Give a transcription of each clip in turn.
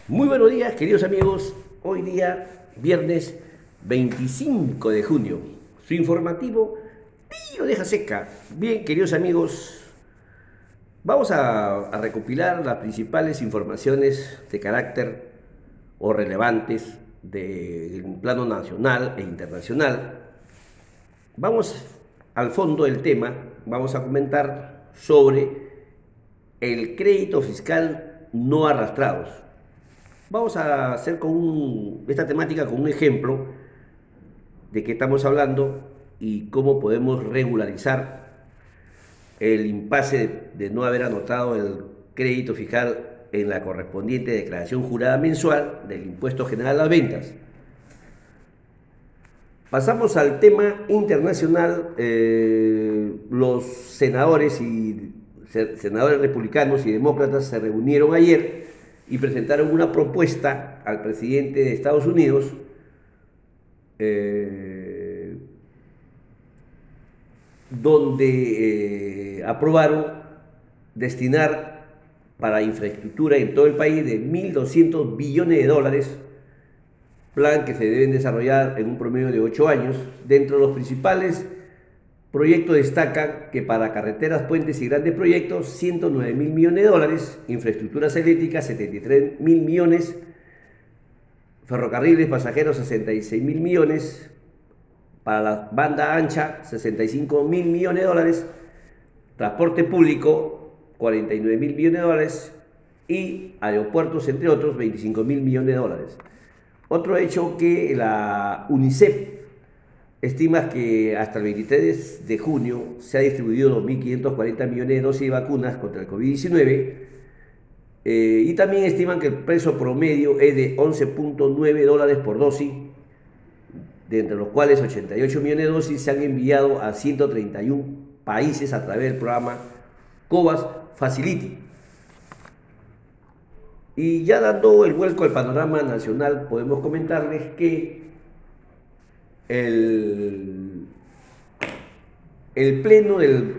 Muy buenos días, queridos amigos. Hoy día, viernes 25 de junio. Su informativo Tío Deja Seca. Bien, queridos amigos, vamos a recopilar las principales informaciones de carácter o relevantes del plano nacional e internacional. Vamos al fondo del tema. Vamos a comentar sobre el crédito fiscal no arrastrados. Vamos a hacer esta temática con un ejemplo de qué estamos hablando y cómo podemos regularizar el impasse de no haber anotado el crédito fiscal en la correspondiente declaración jurada mensual del impuesto general a las ventas. Pasamos al tema internacional. Los senadores republicanos y demócratas se reunieron ayer y presentaron una propuesta al presidente de Estados Unidos, donde aprobaron destinar para infraestructura en todo el país de 1.200 billones de dólares, plan que se deben desarrollar en un promedio de 8 años. Dentro de los principales proyectos destacan que para carreteras, puentes y grandes proyectos, 109.000 millones de dólares, infraestructuras eléctricas, 73.000 millones, ferrocarriles pasajeros, 66.000 millones, para la banda ancha, 65.000 millones de dólares, transporte público, 49.000 millones de dólares, y aeropuertos, entre otros, 25.000 millones de dólares. Otro hecho que la UNICEF estima que hasta el 23 de junio se ha distribuido 2.540 millones de dosis de vacunas contra el COVID-19, y también estiman que el precio promedio es de 11.9 dólares por dosis, de entre los cuales 88 millones de dosis se han enviado a 131 países a través del programa COVAX Facility. Y ya dando el vuelco al panorama nacional, podemos comentarles que el pleno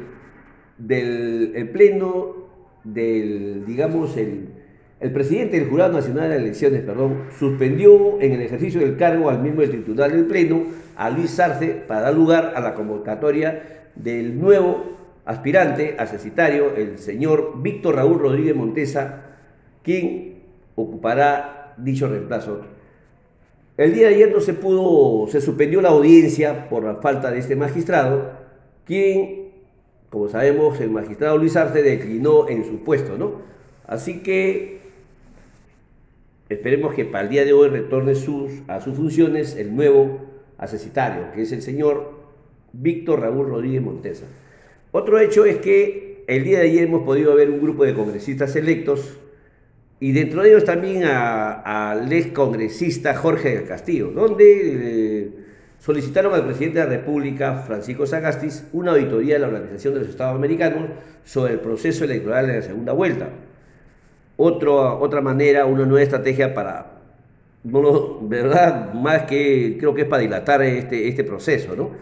digamos, el presidente del Jurado Nacional de Elecciones, suspendió en el ejercicio del cargo al miembro del titular del Pleno, a Luis Arce, para dar lugar a la convocatoria del nuevo aspirante a cesitario, el señor Víctor Raúl Rodríguez Montesa, quien ocupará dicho reemplazo. El día de ayer se suspendió la audiencia por la falta de este magistrado, quien, como sabemos, el magistrado Luis Arce declinó en su puesto, ¿no? Así que esperemos que para el día de hoy retorne a sus funciones el nuevo accesitario, que es el señor Víctor Raúl Rodríguez Montesa. Otro hecho es que el día de ayer hemos podido ver un grupo de congresistas electos, y dentro de ellos también al ex congresista Jorge del Castillo, donde solicitaron al presidente de la República, Francisco Sagasti, una auditoría de la Organización de los Estados Americanos sobre el proceso electoral de la segunda vuelta. Otra manera, una nueva estrategia para, no, verdad, más que creo que es para dilatar este proceso, ¿no?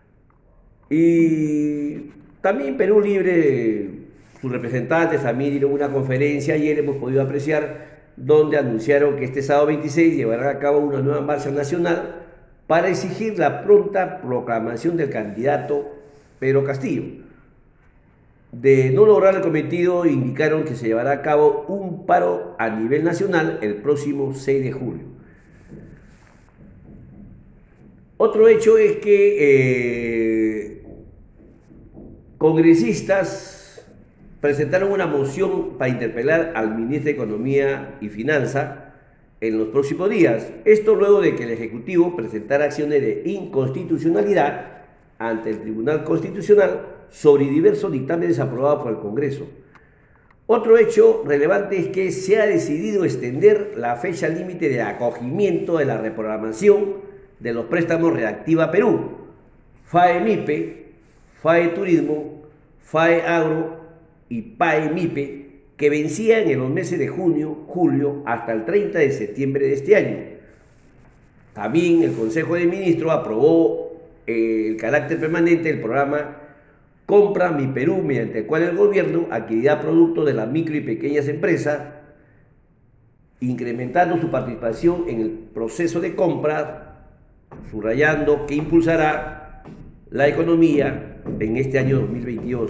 Y también Perú Libre, sus representantes también dieron una conferencia ayer, hemos podido apreciar, donde anunciaron que este sábado 26 llevarán a cabo una nueva marcha nacional para exigir la pronta proclamación del candidato Pedro Castillo. De no lograr el cometido, indicaron que se llevará a cabo un paro a nivel nacional el próximo 6 de julio. Otro hecho es que congresistas presentaron una moción para interpelar al ministro de Economía y Finanza en los próximos días. Esto luego de que el Ejecutivo presentara acciones de inconstitucionalidad ante el Tribunal Constitucional sobre diversos dictámenes aprobados por el Congreso. Otro hecho relevante es que se ha decidido extender la fecha límite de acogimiento de la reprogramación de los préstamos Reactiva Perú, FAE-MIPE, FAE Turismo, FAE Agro y PAE-MIPE, que vencían en los meses de junio, julio hasta el 30 de septiembre de este año. También el Consejo de Ministros aprobó el carácter permanente del programa Compra Mi Perú, mediante el cual el gobierno adquirirá productos de las micro y pequeñas empresas incrementando su participación en el proceso de compra, subrayando que impulsará la economía en este año 2022.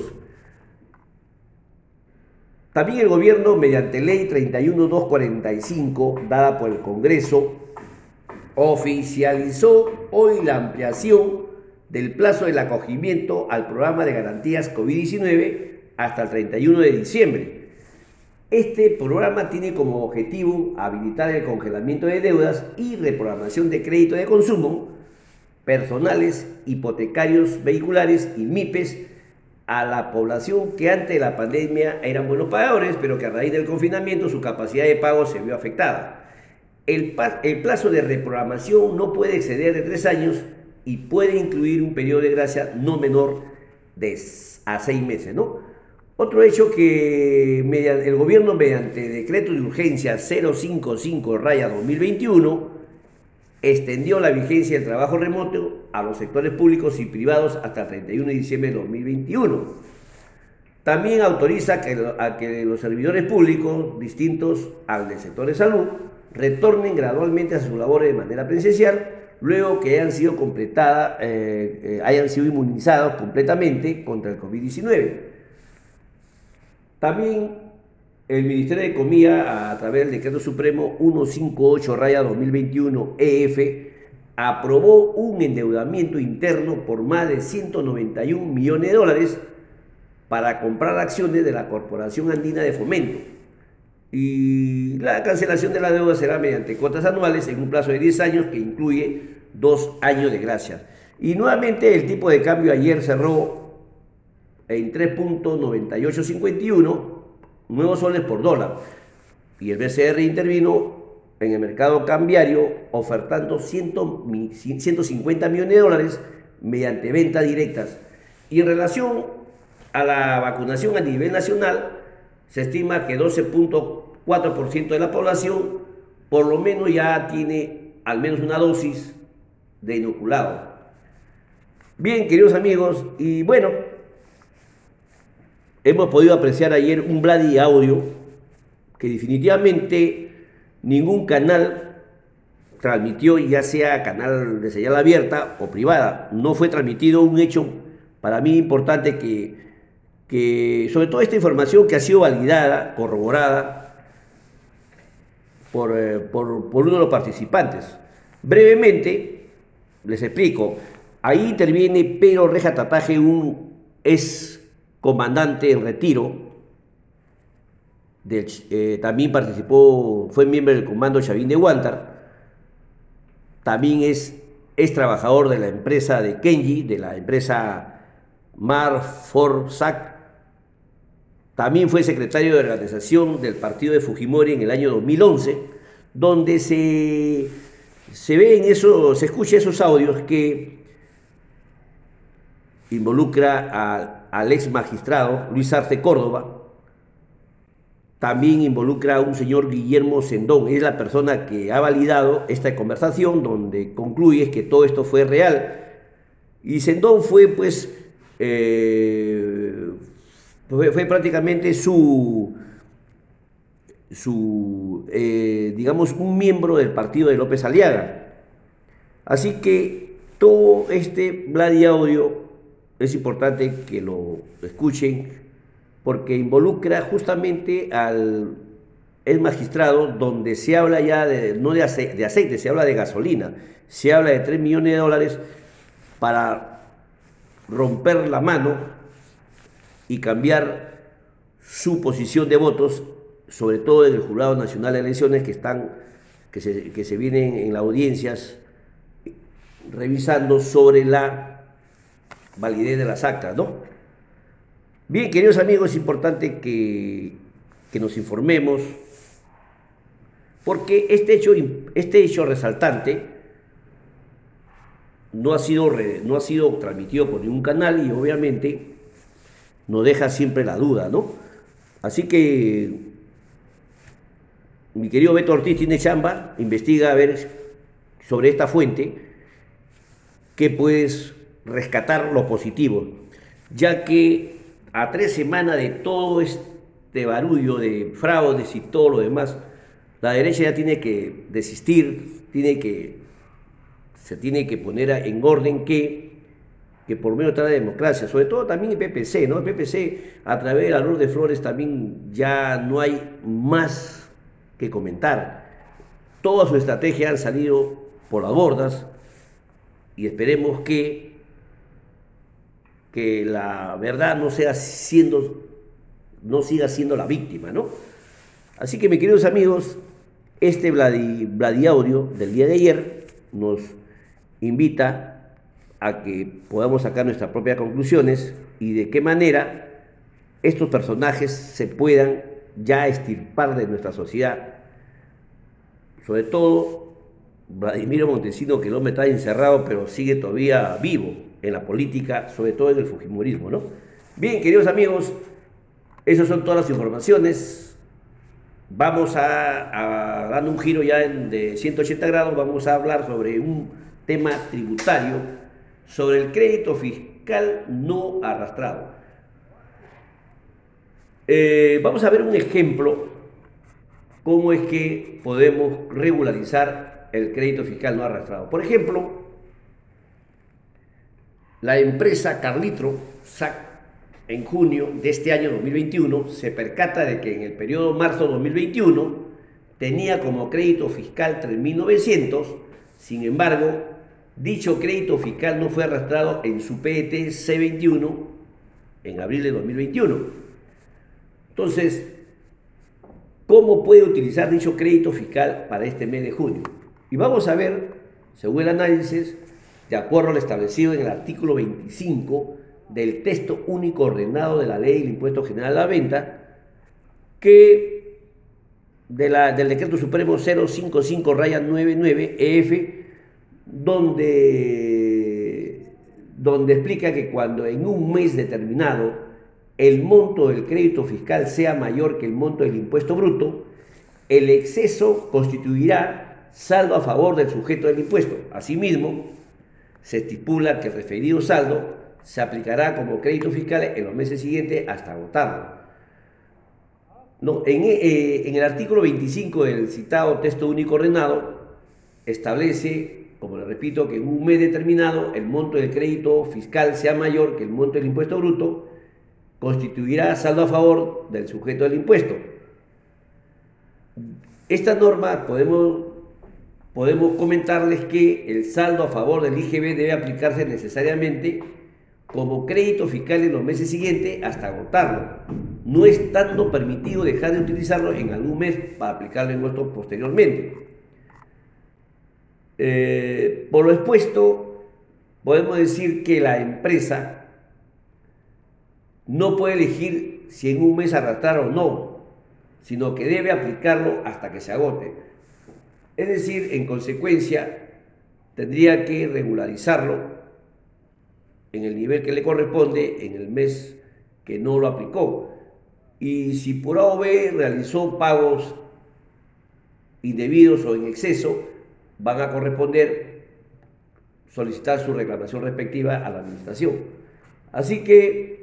También el gobierno, mediante ley 31245, dada por el Congreso, oficializó hoy la ampliación del plazo del acogimiento al programa de garantías COVID-19 hasta el 31 de diciembre. Este programa tiene como objetivo habilitar el congelamiento de deudas y reprogramación de crédito de consumo personales, hipotecarios, vehiculares y MIPES a la población que antes de la pandemia eran buenos pagadores, pero que a raíz del confinamiento su capacidad de pago se vio afectada. El plazo de reprogramación no puede exceder de 3 años y puede incluir un periodo de gracia no menor a 6 meses, ¿no? Otro hecho que el gobierno, mediante decreto de urgencia 055/2021, extendió la vigencia del trabajo remoto a los sectores públicos y privados hasta el 31 de diciembre de 2021. También autoriza a que los servidores públicos distintos al del sector de salud retornen gradualmente a sus labores de manera presencial luego que hayan sido inmunizados completamente contra el COVID-19. También el Ministerio de Economía, a través del Decreto Supremo 158/2021 EF, aprobó un endeudamiento interno por más de 191 millones de dólares para comprar acciones de la Corporación Andina de Fomento. Y la cancelación de la deuda será mediante cuotas anuales en un plazo de 10 años que incluye 2 años de gracia. Y nuevamente el tipo de cambio ayer cerró en 3.9851 nuevos soles por dólar. Y el BCR intervino en el mercado cambiario ofertando 150 millones de dólares mediante ventas directas. Y en relación a la vacunación a nivel nacional, se estima que 12.4% de la población por lo menos ya tiene al menos una dosis de inoculado. Bien, queridos amigos, y bueno, hemos podido apreciar ayer un Vladi audio que definitivamente ningún canal transmitió, ya sea canal de señal abierta o privada. No fue transmitido un hecho para mí importante que sobre todo esta información que ha sido validada, corroborada por uno de los participantes. Brevemente, les explico. Ahí interviene Pedro Reja Tataje, un ex comandante en retiro. También participó, fue miembro del comando Chavín de Huántar. También es trabajador de la empresa de Kenji, de la empresa Marforsac. También fue secretario de organización del partido de Fujimori en el año 2011, donde se escucha esos audios que involucra al ex magistrado Luis Arce Córdoba. También involucra a un señor Guillermo Sendón, es la persona que ha validado esta conversación, donde concluye que todo esto fue real. Y Sendón fue pues fue prácticamente digamos, un miembro del partido de López Aliaga. Así que todo este Vladi audio es importante que lo escuchen, porque involucra justamente al ex magistrado, donde se habla ya no de aceite, se habla de gasolina, se habla de 3 millones de dólares para romper la mano y cambiar su posición de votos, sobre todo en el Jurado Nacional de Elecciones, que se vienen en las audiencias revisando sobre la validez de las actas, ¿no? Bien, queridos amigos, es importante que nos informemos, porque este hecho resaltante no ha sido transmitido por ningún canal y obviamente nos deja siempre la duda, ¿no? Así que mi querido Beto Ortiz tiene chamba, investiga a ver sobre esta fuente que puedes rescatar lo positivo, ya que a 3 semanas de todo este barullo de fraudes y todo lo demás, La derecha ya tiene que desistir, se tiene que poner en orden que por medio de la democracia, sobre todo también el PPC, ¿no? El PPC, a través de la Lourdes Flores, también ya no hay más que comentar. Toda su estrategia han salido por las bordas y esperemos que la verdad no siga siendo la víctima, ¿no? Así que, mis queridos amigos, este Vladiaudio del día de ayer nos invita a que podamos sacar nuestras propias conclusiones y de qué manera estos personajes se puedan ya extirpar de nuestra sociedad. Sobre todo Vladimiro Montesino, que el hombre está encerrado, pero sigue todavía vivo en la política, sobre todo en el fujimorismo, ¿no? Bien, queridos amigos, esas son todas las informaciones. Vamos dando un giro ya de 180 grados, vamos a hablar sobre un tema tributario, sobre el crédito fiscal no arrastrado. Vamos a ver un ejemplo, cómo es que podemos regularizar el crédito fiscal no arrastrado. Por ejemplo, la empresa Carlitro SAC en junio de este año 2021 se percata de que en el periodo marzo 2021 tenía como crédito fiscal 3.900, sin embargo, dicho crédito fiscal no fue arrastrado en su PET C21 en abril de 2021. Entonces, ¿cómo puede utilizar dicho crédito fiscal para este mes de junio? Y vamos a ver, según el análisis, de acuerdo a lo establecido en el artículo 25 del texto único ordenado de la Ley del Impuesto General a la Venta, que del Decreto Supremo 055-99-EF, donde explica que cuando en un mes determinado el monto del crédito fiscal sea mayor que el monto del impuesto bruto, el exceso constituirá saldo a favor del sujeto del impuesto. Asimismo, se estipula que el referido saldo se aplicará como crédito fiscal en los meses siguientes hasta agotarlo. No, en el artículo 25 del citado texto único ordenado establece, como le repito, que en un mes determinado el monto del crédito fiscal sea mayor que el monto del impuesto bruto, constituirá saldo a favor del sujeto del impuesto. Esta norma podemos comentarles que el saldo a favor del IGB debe aplicarse necesariamente como crédito fiscal en los meses siguientes hasta agotarlo, no estando permitido dejar de utilizarlo en algún mes para aplicarlo en otro posteriormente. Por lo expuesto, podemos decir que la empresa no puede elegir si en un mes arrastrar o no, sino que debe aplicarlo hasta que se agote. Es decir, en consecuencia, tendría que regularizarlo en el nivel que le corresponde en el mes que no lo aplicó. Y si por A o B realizó pagos indebidos o en exceso, van a corresponder solicitar su reclamación respectiva a la administración. Así que,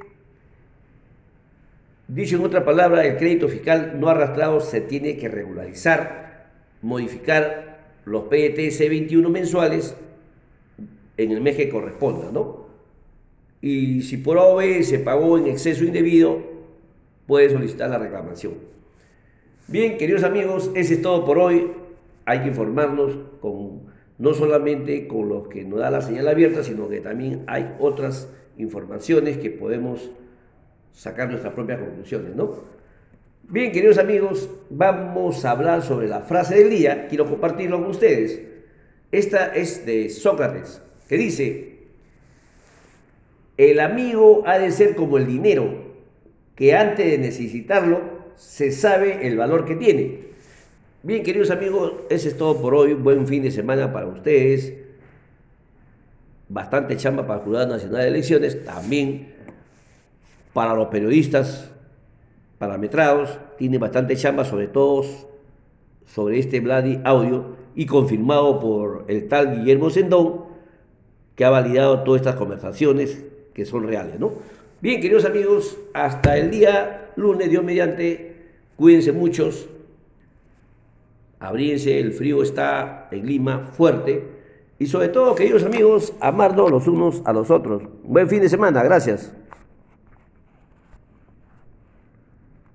dicho en otra palabra, el crédito fiscal no arrastrado se tiene que regularizar, modificar los PET C21 mensuales en el mes que corresponda, ¿no? Y si por A o B se pagó en exceso indebido, puede solicitar la reclamación. Bien, queridos amigos, ese es todo por hoy. Hay que informarnos no solamente con los que nos da la señal abierta, sino que también hay otras informaciones que podemos sacar nuestras propias conclusiones, ¿no? Bien, queridos amigos, vamos a hablar sobre la frase del día. Quiero compartirlo con ustedes. Esta es de Sócrates, que dice: el amigo ha de ser como el dinero, que antes de necesitarlo se sabe el valor que tiene. Bien, queridos amigos, eso es todo por hoy. Buen fin de semana para ustedes. Bastante chamba para el Jurado Nacional de Elecciones, también para los periodistas parametrados. Tiene bastante chamba, sobre todo sobre este Vladiaudio, y confirmado por el tal Guillermo Sendón, que ha validado todas estas conversaciones que son reales, ¿no? Bien, queridos amigos, hasta el día lunes, Dios mediante, cuídense muchos. abríense, el frío está en Lima fuerte. Y sobre todo, queridos amigos, amarnos los unos a los otros. Buen fin de semana, gracias.